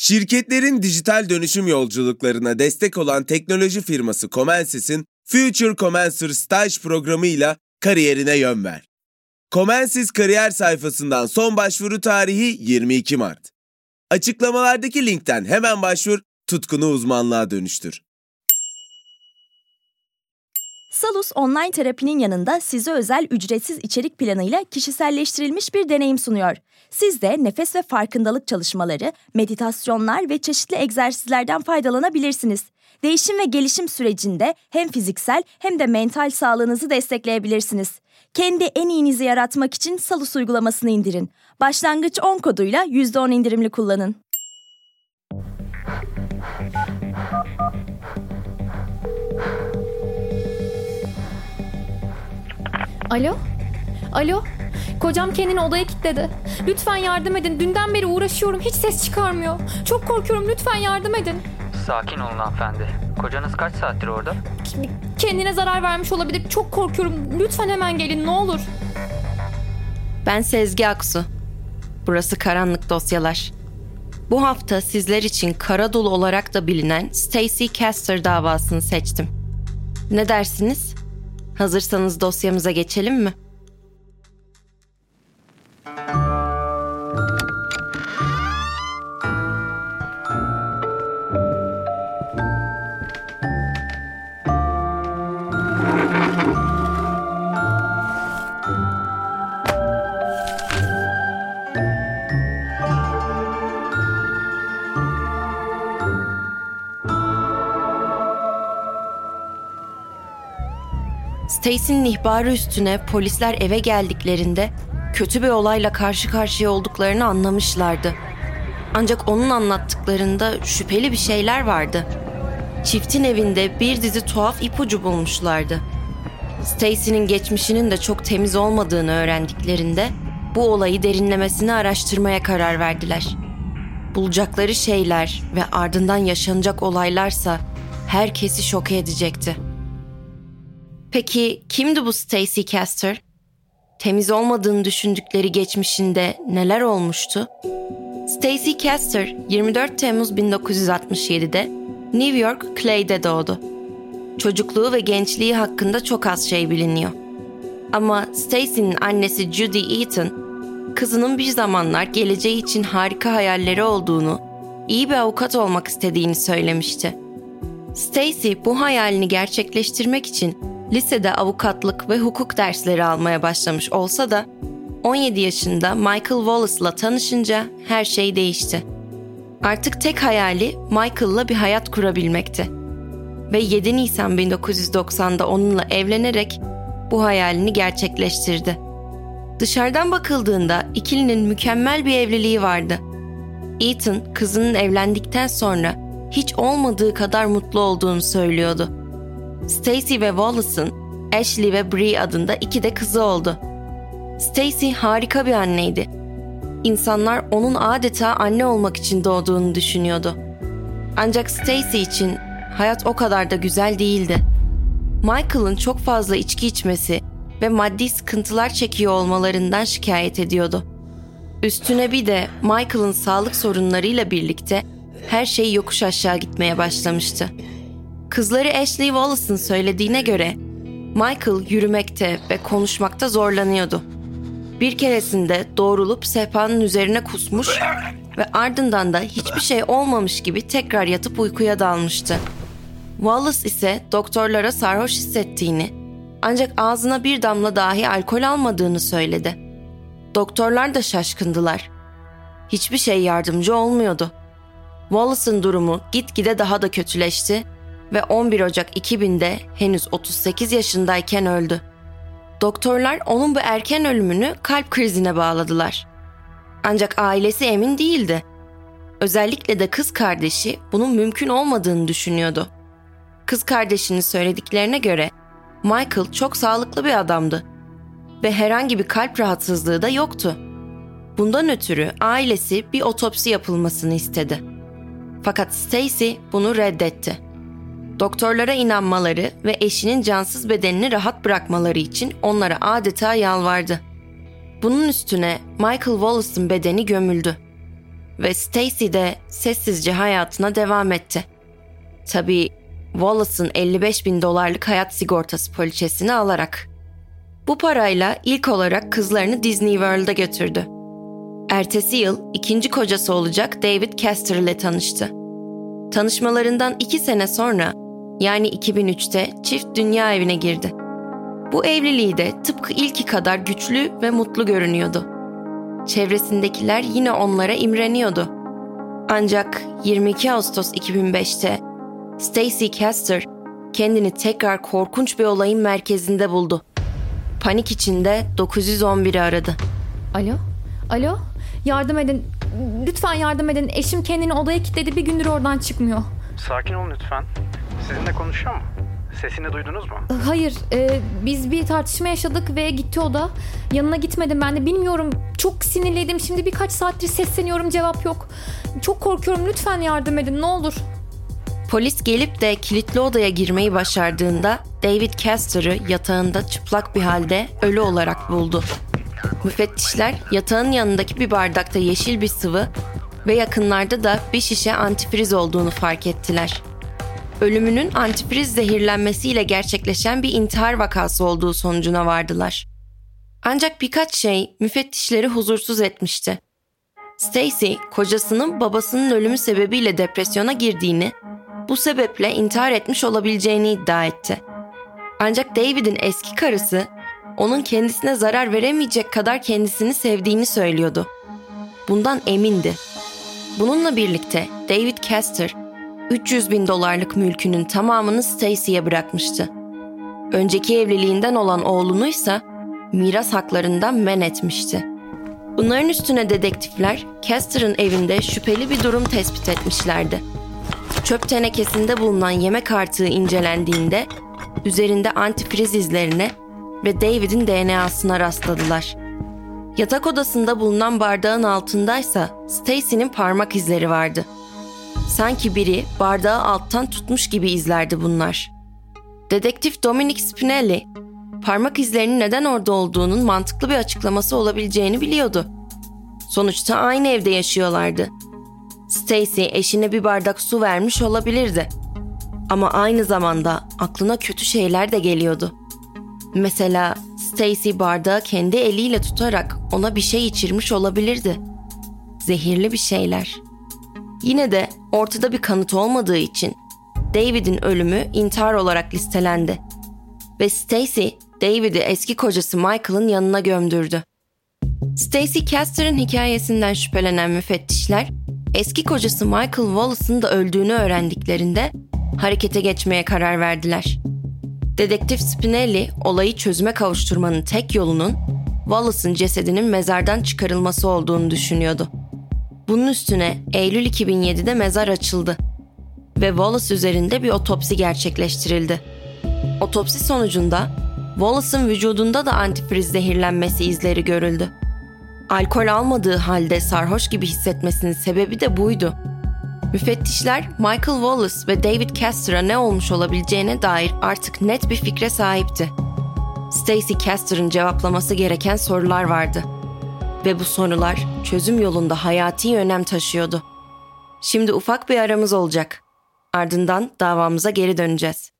Şirketlerin dijital dönüşüm yolculuklarına destek olan teknoloji firması Comensys'in Future Comencer Stage programıyla kariyerine yön ver. Comensys kariyer sayfasından son başvuru tarihi 22 Mart. Açıklamalardaki linkten hemen başvur, tutkunu uzmanlığa dönüştür. Salus online terapinin yanında size özel ücretsiz içerik planıyla kişiselleştirilmiş bir deneyim sunuyor. Siz de nefes ve farkındalık çalışmaları, meditasyonlar ve çeşitli egzersizlerden faydalanabilirsiniz. Değişim ve gelişim sürecinde hem fiziksel hem de mental sağlığınızı destekleyebilirsiniz. Kendi en iyinizi yaratmak için Salus uygulamasını indirin. Başlangıç 10 koduyla %10 indirimli kullanın. Alo? Alo? Kocam kendini odaya kilitledi. Lütfen yardım edin. Dünden beri uğraşıyorum. Hiç ses çıkarmıyor. Çok korkuyorum. Lütfen yardım edin. Sakin olun hanımefendi. Kocanız kaç saattir orada? Kendine zarar vermiş olabilir. Çok korkuyorum. Lütfen hemen gelin ne olur. Ben Sezgi Aksu. Burası Karanlık Dosyalar. Bu hafta sizler için Karadul olarak da bilinen Stacey Caster davasını seçtim. Ne dersiniz? Hazırsanız dosyamıza geçelim mi? Stacey'nin ihbarı üstüne polisler eve geldiklerinde kötü bir olayla karşı karşıya olduklarını anlamışlardı. Ancak onun anlattıklarında şüpheli bir şeyler vardı. Çiftin evinde bir dizi tuhaf ipucu bulmuşlardı. Stacey'nin geçmişinin de çok temiz olmadığını öğrendiklerinde bu olayı derinlemesine araştırmaya karar verdiler. Bulacakları şeyler ve ardından yaşanacak olaylarsa herkesi şok edecekti. Peki kimdi bu Stacey Caster? Temiz olmadığını düşündükleri geçmişinde neler olmuştu? Stacey Caster 24 Temmuz 1967'de New York Clay'de doğdu. Çocukluğu ve gençliği hakkında çok az şey biliniyor. Ama Stacey'nin annesi Judy Eaton, kızının bir zamanlar geleceği için harika hayalleri olduğunu, iyi bir avukat olmak istediğini söylemişti. Stacey bu hayalini gerçekleştirmek için lisede avukatlık ve hukuk dersleri almaya başlamış olsa da 17 yaşında Michael Wallace'la tanışınca her şey değişti. Artık tek hayali Michael'la bir hayat kurabilmekti. Ve 7 Nisan 1990'da onunla evlenerek bu hayalini gerçekleştirdi. Dışarıdan bakıldığında ikilinin mükemmel bir evliliği vardı. Ethan kızının evlendikten sonra hiç olmadığı kadar mutlu olduğunu söylüyordu. Stacey ve Wallace'ın Ashley ve Bree adında 2 de kızı oldu. Stacey harika bir anneydi. İnsanlar onun adeta anne olmak için doğduğunu düşünüyordu. Ancak Stacey için hayat o kadar da güzel değildi. Michael'ın çok fazla içki içmesi ve maddi sıkıntılar çekiyor olmalarından şikayet ediyordu. Üstüne bir de Michael'ın sağlık sorunlarıyla birlikte her şey yokuş aşağı gitmeye başlamıştı. Kızları Ashley Wallace'ın söylediğine göre Michael yürümekte ve konuşmakta zorlanıyordu. Bir keresinde doğrulup sehpanın üzerine kusmuş ve ardından da hiçbir şey olmamış gibi tekrar yatıp uykuya dalmıştı. Wallace ise doktorlara sarhoş hissettiğini, ancak ağzına bir damla dahi alkol almadığını söyledi. Doktorlar da şaşkındılar. Hiçbir şey yardımcı olmuyordu. Wallace'ın durumu gitgide daha da kötüleşti ve 11 Ocak 2000'de henüz 38 yaşındayken öldü. Doktorlar onun bu erken ölümünü kalp krizine bağladılar. Ancak ailesi emin değildi. Özellikle de kız kardeşi bunun mümkün olmadığını düşünüyordu. Kız kardeşinin söylediklerine göre Michael çok sağlıklı bir adamdı ve herhangi bir kalp rahatsızlığı da yoktu. Bundan ötürü ailesi bir otopsi yapılmasını istedi. Fakat Stacey bunu reddetti. Doktorlara inanmaları ve eşinin cansız bedenini rahat bırakmaları için onlara adeta yalvardı. Bunun üstüne Michael Wallace'ın bedeni gömüldü. ve Stacy de sessizce hayatına devam etti. Tabii Wallace'ın $55.000 hayat sigortası poliçesini alarak. Bu parayla ilk olarak kızlarını Disney World'a götürdü. Ertesi yıl ikinci kocası olacak David Castor ile tanıştı. Tanışmalarından 2 sene sonra, yani 2003'te çift dünya evine girdi. Bu evliliği de tıpkı ilki kadar güçlü ve mutlu görünüyordu. Çevresindekiler yine onlara imreniyordu. Ancak 22 Ağustos 2005'te Stacy Castor kendini tekrar korkunç bir olayın merkezinde buldu. Panik içinde 911'i aradı. Alo? Alo? Yardım edin. Lütfen yardım edin. Eşim kendini odaya kilitledi. Bir gündür oradan çıkmıyor. Sakin olun lütfen. Sizinle konuşuyor mu? Sesini duydunuz mu? Hayır. Biz bir tartışma yaşadık ve gitti o da. Yanına gitmedim ben de. Bilmiyorum. Çok sinirliydim. Şimdi birkaç saattir sesleniyorum. Cevap yok. Çok korkuyorum. Lütfen yardım edin. Ne olur. Polis gelip de kilitli odaya girmeyi başardığında David Castor'ı yatağında çıplak bir halde ölü olarak buldu. Müfettişler yatağın yanındaki bir bardakta yeşil bir sıvı ve yakınlarda da bir şişe antifriz olduğunu fark ettiler. Ölümünün antifriz zehirlenmesiyle gerçekleşen bir intihar vakası olduğu sonucuna vardılar. Ancak birkaç şey müfettişleri huzursuz etmişti. Stacy, kocasının babasının ölümü sebebiyle depresyona girdiğini, bu sebeple intihar etmiş olabileceğini iddia etti. Ancak David'in eski karısı, onun kendisine zarar veremeyecek kadar kendisini sevdiğini söylüyordu. Bundan emindi. Bununla birlikte David Castor, $300.000 mülkünün tamamını Stacy'ye bırakmıştı. Önceki evliliğinden olan oğlunuysa miras haklarından men etmişti. Bunların üstüne dedektifler Castor'ın evinde şüpheli bir durum tespit etmişlerdi. Çöp tenekesinde bulunan yemek artığı incelendiğinde üzerinde antifriz izlerine ve David'in DNA'sına rastladılar. Yatak odasında bulunan bardağın altındaysa Stacy'nin parmak izleri vardı. Sanki biri bardağı alttan tutmuş gibi izlerdi bunlar. Dedektif Dominic Spinelli, parmak izlerinin neden orada olduğunun mantıklı bir açıklaması olabileceğini biliyordu. Sonuçta aynı evde yaşıyorlardı. Stacy eşine bir bardak su vermiş olabilirdi. Ama aynı zamanda aklına kötü şeyler de geliyordu. Mesela Stacy bardağı kendi eliyle tutarak ona bir şey içirmiş olabilirdi. Zehirli bir şeyler. Yine de ortada bir kanıt olmadığı için David'in ölümü intihar olarak listelendi. Ve Stacy, David'i eski kocası Michael'ın yanına gömdürdü. Stacy Castor'ın hikayesinden şüphelenen müfettişler, eski kocası Michael Wallace'ın da öldüğünü öğrendiklerinde harekete geçmeye karar verdiler. Dedektif Spinelli, olayı çözüme kavuşturmanın tek yolunun Wallace'ın cesedinin mezardan çıkarılması olduğunu düşünüyordu. Bunun üstüne Eylül 2007'de mezar açıldı ve Wallace üzerinde bir otopsi gerçekleştirildi. Otopsi sonucunda Wallace'ın vücudunda da antifriz zehirlenmesi izleri görüldü. Alkol almadığı halde sarhoş gibi hissetmesinin sebebi de buydu. Müfettişler Michael Wallace ve David Castor'a ne olmuş olabileceğine dair artık net bir fikre sahipti. Stacy Castor'ın cevaplaması gereken sorular vardı. Ve bu sorular çözüm yolunda hayati önem taşıyordu. Şimdi ufak bir aramız olacak. Ardından davamıza geri döneceğiz.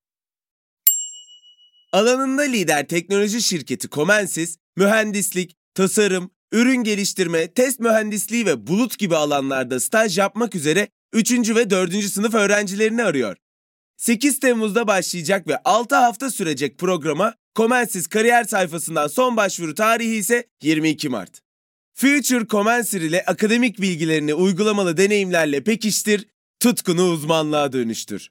Alanında lider teknoloji şirketi Comensys, mühendislik, tasarım, ürün geliştirme, test mühendisliği ve bulut gibi alanlarda staj yapmak üzere 3. ve 4. sınıf öğrencilerini arıyor. 8 Temmuz'da başlayacak ve 6 hafta sürecek programa Comensys kariyer sayfasından son başvuru tarihi ise 22 Mart. Future Comensys ile akademik bilgilerini uygulamalı deneyimlerle pekiştir, tutkunu uzmanlığa dönüştür.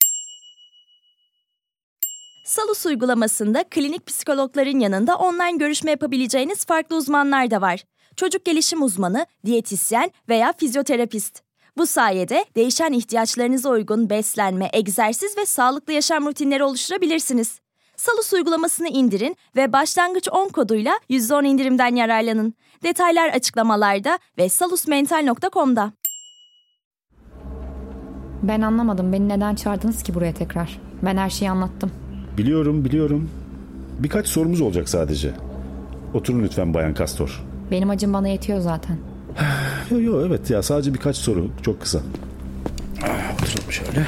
Salus uygulamasında klinik psikologların yanında online görüşme yapabileceğiniz farklı uzmanlar da var. Çocuk gelişim uzmanı, diyetisyen veya fizyoterapist. Bu sayede değişen ihtiyaçlarınıza uygun beslenme, egzersiz ve sağlıklı yaşam rutinleri oluşturabilirsiniz. Salus uygulamasını indirin ve başlangıç 10 koduyla %10 indirimden yararlanın. Detaylar açıklamalarda ve salusmental.com'da. Ben anlamadım. Beni neden çağırdınız ki buraya tekrar? Ben her şeyi anlattım. Biliyorum. Birkaç sorumuz olacak sadece. Oturun lütfen Bayan Castor. Benim acım bana yetiyor zaten. Yok evet ya, sadece birkaç soru, çok kısa. Oturalım şöyle.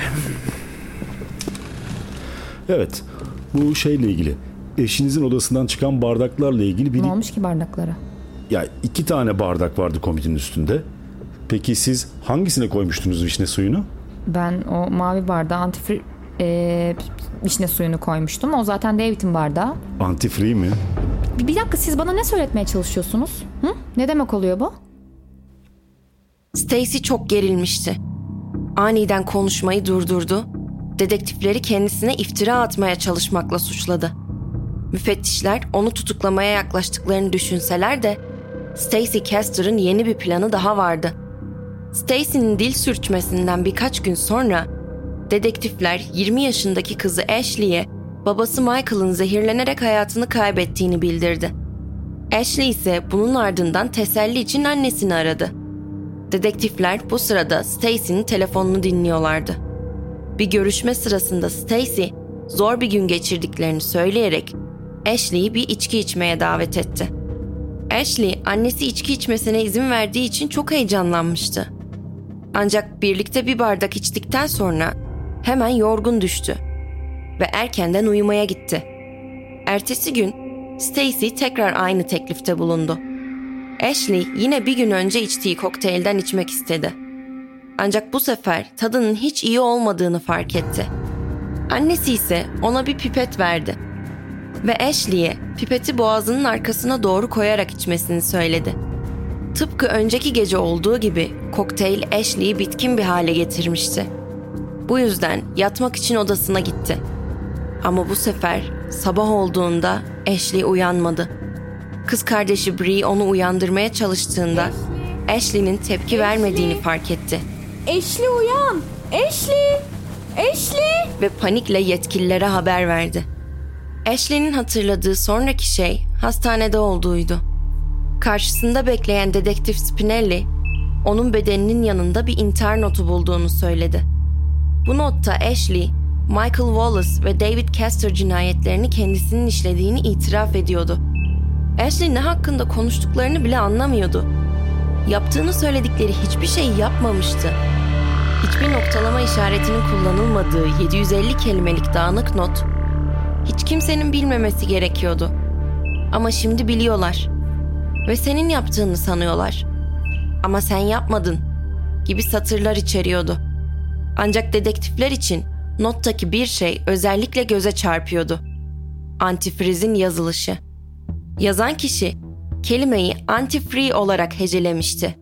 Evet, bu şeyle ilgili. Eşinizin odasından çıkan bardaklarla ilgili bir... Ne olmuş ki bardaklara? Ya 2 tane bardak vardı komodinin üstünde. Peki siz hangisine koymuştunuz vişne suyunu? Ben o mavi bardağa vişne suyunu koymuştum. O zaten David'in bardağı. Antifree mi? Bir dakika, siz bana ne söyletmeye çalışıyorsunuz? Hı? Ne demek oluyor bu? Stacy çok gerilmişti. Aniden konuşmayı durdurdu. Dedektifleri kendisine iftira atmaya çalışmakla suçladı. Müfettişler onu tutuklamaya yaklaştıklarını düşünseler de Stacy Caster'ın yeni bir planı daha vardı. Stacy'nin dil sürçmesinden birkaç gün sonra dedektifler 20 yaşındaki kızı Ashley'e babası Michael'ın zehirlenerek hayatını kaybettiğini bildirdi. Ashley ise bunun ardından teselli için annesini aradı. Dedektifler bu sırada Stacy'nin telefonunu dinliyorlardı. Bir görüşme sırasında Stacy zor bir gün geçirdiklerini söyleyerek Ashley'i bir içki içmeye davet etti. Ashley annesi içki içmesine izin verdiği için çok heyecanlanmıştı. Ancak birlikte bir bardak içtikten sonra hemen yorgun düştü ve erkenden uyumaya gitti. Ertesi gün Stacy tekrar aynı teklifte bulundu. Ashley yine bir gün önce içtiği kokteylden içmek istedi. Ancak bu sefer tadının hiç iyi olmadığını fark etti. Annesi ise ona bir pipet verdi ve Ashley'e pipeti boğazının arkasına doğru koyarak içmesini söyledi. Tıpkı önceki gece olduğu gibi kokteyl Ashley'i bitkin bir hale getirmişti. Bu yüzden yatmak için odasına gitti. Ama bu sefer sabah olduğunda Ashley uyanmadı. Kız kardeşi Bree onu uyandırmaya çalıştığında Ashley'nin tepki vermediğini fark etti. Ashley uyan! Ashley! Ashley! Ve panikle yetkililere haber verdi. Ashley'nin hatırladığı sonraki şey hastanede olduğuydu. Karşısında bekleyen dedektif Spinelli, onun bedeninin yanında bir intihar notu bulduğunu söyledi. Bu notta Ashley, Michael Wallace ve David Caster cinayetlerini kendisinin işlediğini itiraf ediyordu. Ashley ne hakkında konuştuklarını bile anlamıyordu. Yaptığını söyledikleri hiçbir şey yapmamıştı. Hiçbir noktalama işaretinin kullanılmadığı 750 kelimelik dağınık not, hiç kimsenin bilmemesi gerekiyordu. Ama şimdi biliyorlar. Ve senin yaptığını sanıyorlar. Ama sen yapmadın gibi satırlar içeriyordu. Ancak dedektifler için nottaki bir şey özellikle göze çarpıyordu. Antifrizin yazılışı. Yazan kişi kelimeyi antifree olarak hecelemişti.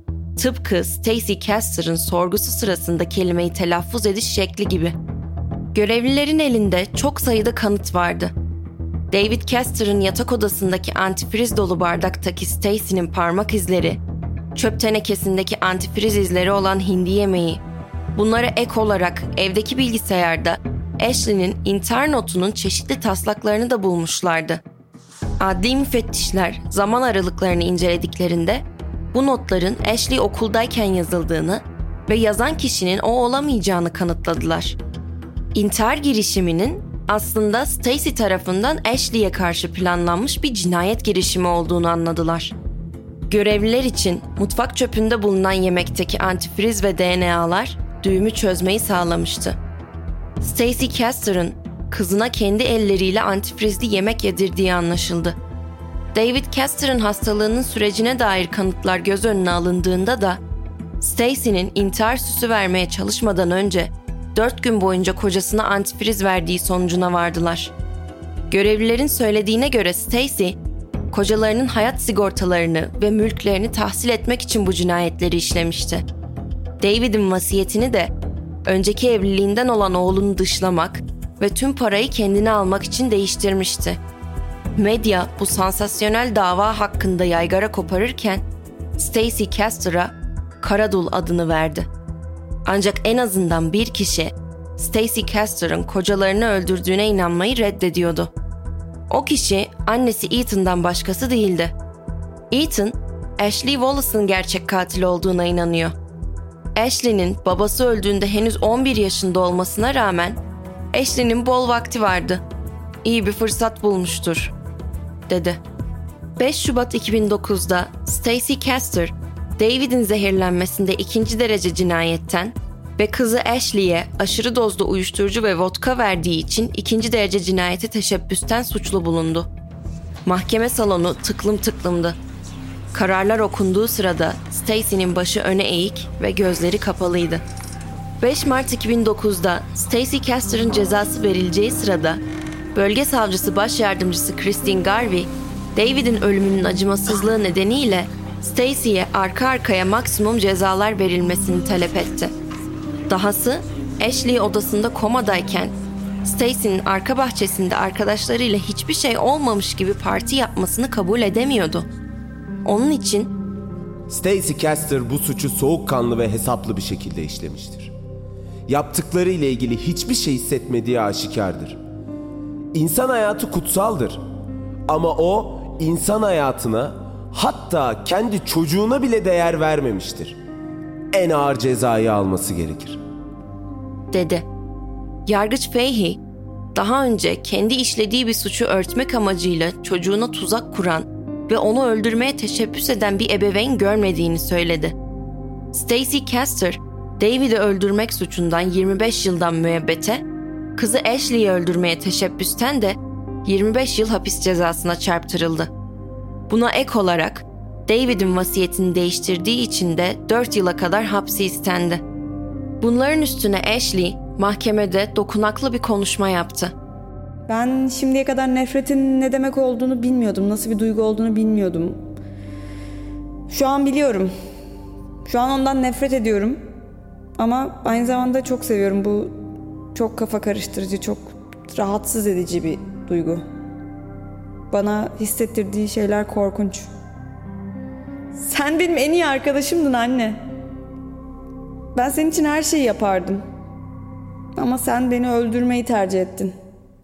Tıpkı Stacy Caster'ın sorgusu sırasında kelimeyi telaffuz ediş şekli gibi. Görevlilerin elinde çok sayıda kanıt vardı. David Caster'ın yatak odasındaki antifriz dolu bardaktaki Stacy'nin parmak izleri, çöp tenekesindeki antifriz izleri olan hindi yemeği, bunlara ek olarak evdeki bilgisayarda Ashley'nin intihar notunun çeşitli taslaklarını da bulmuşlardı. Adli müfettişler zaman aralıklarını incelediklerinde bu notların Ashley okuldayken yazıldığını ve yazan kişinin o olamayacağını kanıtladılar. İntihar girişiminin aslında Stacy tarafından Ashley'e karşı planlanmış bir cinayet girişimi olduğunu anladılar. Görevliler için mutfak çöpünde bulunan yemekteki antifriz ve DNA'lar düğümü çözmeyi sağlamıştı. Stacy Caster'ın kızına kendi elleriyle antifrizli yemek yedirdiği anlaşıldı. David Caster'ın hastalığının sürecine dair kanıtlar göz önüne alındığında da Stacy'nin intihar süsü vermeye çalışmadan önce 4 gün boyunca kocasına antifriz verdiği sonucuna vardılar. Görevlilerin söylediğine göre Stacy, kocalarının hayat sigortalarını ve mülklerini tahsil etmek için bu cinayetleri işlemişti. David'in vasiyetini de önceki evliliğinden olan oğlunu dışlamak ve tüm parayı kendine almak için değiştirmişti. Medya bu sansasyonel dava hakkında yaygara koparırken Stacy Caster'a Karadul adını verdi. Ancak en azından bir kişi Stacy Caster'ın kocalarını öldürdüğüne inanmayı reddediyordu. O kişi annesi Ethan'dan başkası değildi. Ethan, Ashley Wallace'ın gerçek katil olduğuna inanıyor. Ashley'nin babası öldüğünde henüz 11 yaşında olmasına rağmen Ashley'nin bol vakti vardı. İyi bir fırsat bulmuştur, dedi. 5 Şubat 2009'da Stacy Caster, David'in zehirlenmesinde 2. derece cinayetten ve kızı Ashley'e aşırı dozda uyuşturucu ve vodka verdiği için 2. derece cinayete teşebbüsten suçlu bulundu. Mahkeme salonu tıklım tıklımdı. Kararlar okunduğu sırada Stacy'nin başı öne eğik ve gözleri kapalıydı. 5 Mart 2009'da Stacey Caster'ın cezası verileceği sırada bölge savcısı baş yardımcısı Christine Garvey, David'in ölümünün acımasızlığı nedeniyle Stacey'ye arka arkaya maksimum cezalar verilmesini talep etti. Dahası Ashley odasında komadayken Stacey'nin arka bahçesinde arkadaşlarıyla hiçbir şey olmamış gibi parti yapmasını kabul edemiyordu. Onun için Stacey Caster bu suçu soğukkanlı ve hesaplı bir şekilde işlemiştir. Yaptıkları ile ilgili hiçbir şey hissetmediği aşikardır. İnsan hayatı kutsaldır. Ama o insan hayatına, hatta kendi çocuğuna bile değer vermemiştir. En ağır cezayı alması gerekir, dedi. Yargıç Fahey, daha önce kendi işlediği bir suçu örtmek amacıyla çocuğuna tuzak kuran ve onu öldürmeye teşebbüs eden bir ebeveyn görmediğini söyledi. Stacey Caster, David'i öldürmek suçundan 25 yıldan müebbete, kızı Ashley'i öldürmeye teşebbüsten de 25 yıl hapis cezasına çarptırıldı. Buna ek olarak David'in vasiyetini değiştirdiği için de 4 yıla kadar hapsi istendi. Bunların üstüne Ashley mahkemede dokunaklı bir konuşma yaptı. Ben şimdiye kadar nefretin ne demek olduğunu bilmiyordum, nasıl bir duygu olduğunu bilmiyordum. Şu an biliyorum. Şu an ondan nefret ediyorum. Ama aynı zamanda çok seviyorum. Bu çok kafa karıştırıcı, çok rahatsız edici bir duygu. Bana hissettirdiği şeyler korkunç. Sen benim en iyi arkadaşımdın anne. Ben senin için her şeyi yapardım. Ama sen beni öldürmeyi tercih ettin.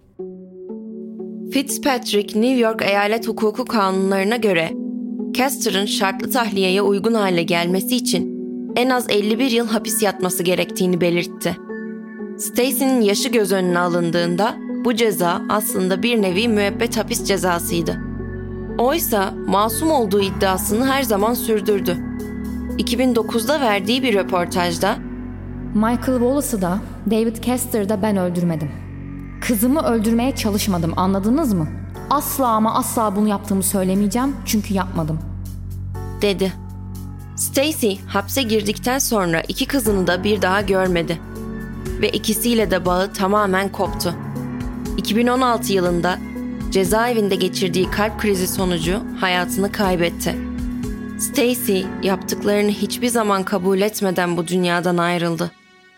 Fitzpatrick, New York eyalet hukuku kanunlarına göre Caster'ın şartlı tahliyeye uygun hale gelmesi için en az 51 yıl hapis yatması gerektiğini belirtti. Stacey'nin yaşı göz önüne alındığında bu ceza aslında bir nevi müebbet hapis cezasıydı. Oysa masum olduğu iddiasını her zaman sürdürdü. 2009'da verdiği bir röportajda Michael Wallace'ı da David Caster'ı da ben öldürmedim. Kızımı öldürmeye çalışmadım, anladınız mı? Asla ama asla bunu yaptığımı söylemeyeceğim çünkü yapmadım, dedi. Stacey hapse girdikten sonra 2 kızını da bir daha görmedi. Ve ikisiyle de bağı tamamen koptu. 2016 yılında cezaevinde geçirdiği kalp krizi sonucu hayatını kaybetti. Stacey yaptıklarını hiçbir zaman kabul etmeden bu dünyadan ayrıldı.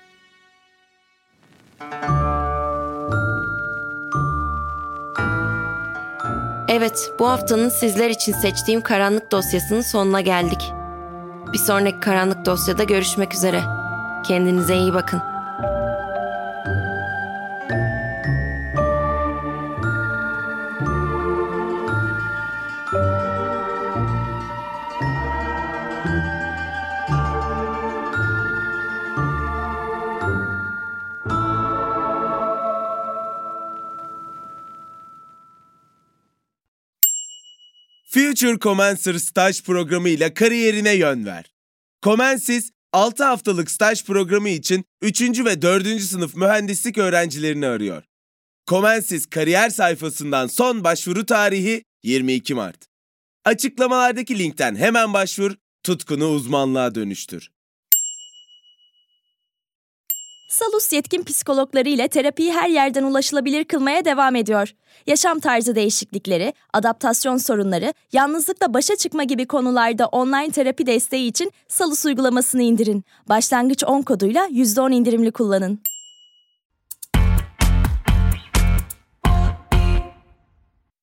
Evet, bu haftanın sizler için seçtiğim karanlık dosyasının sonuna geldik. Bir sonraki karanlık dosyada görüşmek üzere. Kendinize iyi bakın. Future Commencer staj programı ile kariyerine yön ver. Comensis, 6 haftalık staj programı için 3. ve 4. sınıf mühendislik öğrencilerini arıyor. Comensis kariyer sayfasından son başvuru tarihi 22 Mart. Açıklamalardaki linkten hemen başvur, tutkunu uzmanlığa dönüştür. Salus yetkin psikologları ile terapiyi her yerden ulaşılabilir kılmaya devam ediyor. Yaşam tarzı değişiklikleri, adaptasyon sorunları, yalnızlıkla başa çıkma gibi konularda online terapi desteği için Salus uygulamasını indirin. Başlangıç 10 koduyla %10 indirimli kullanın.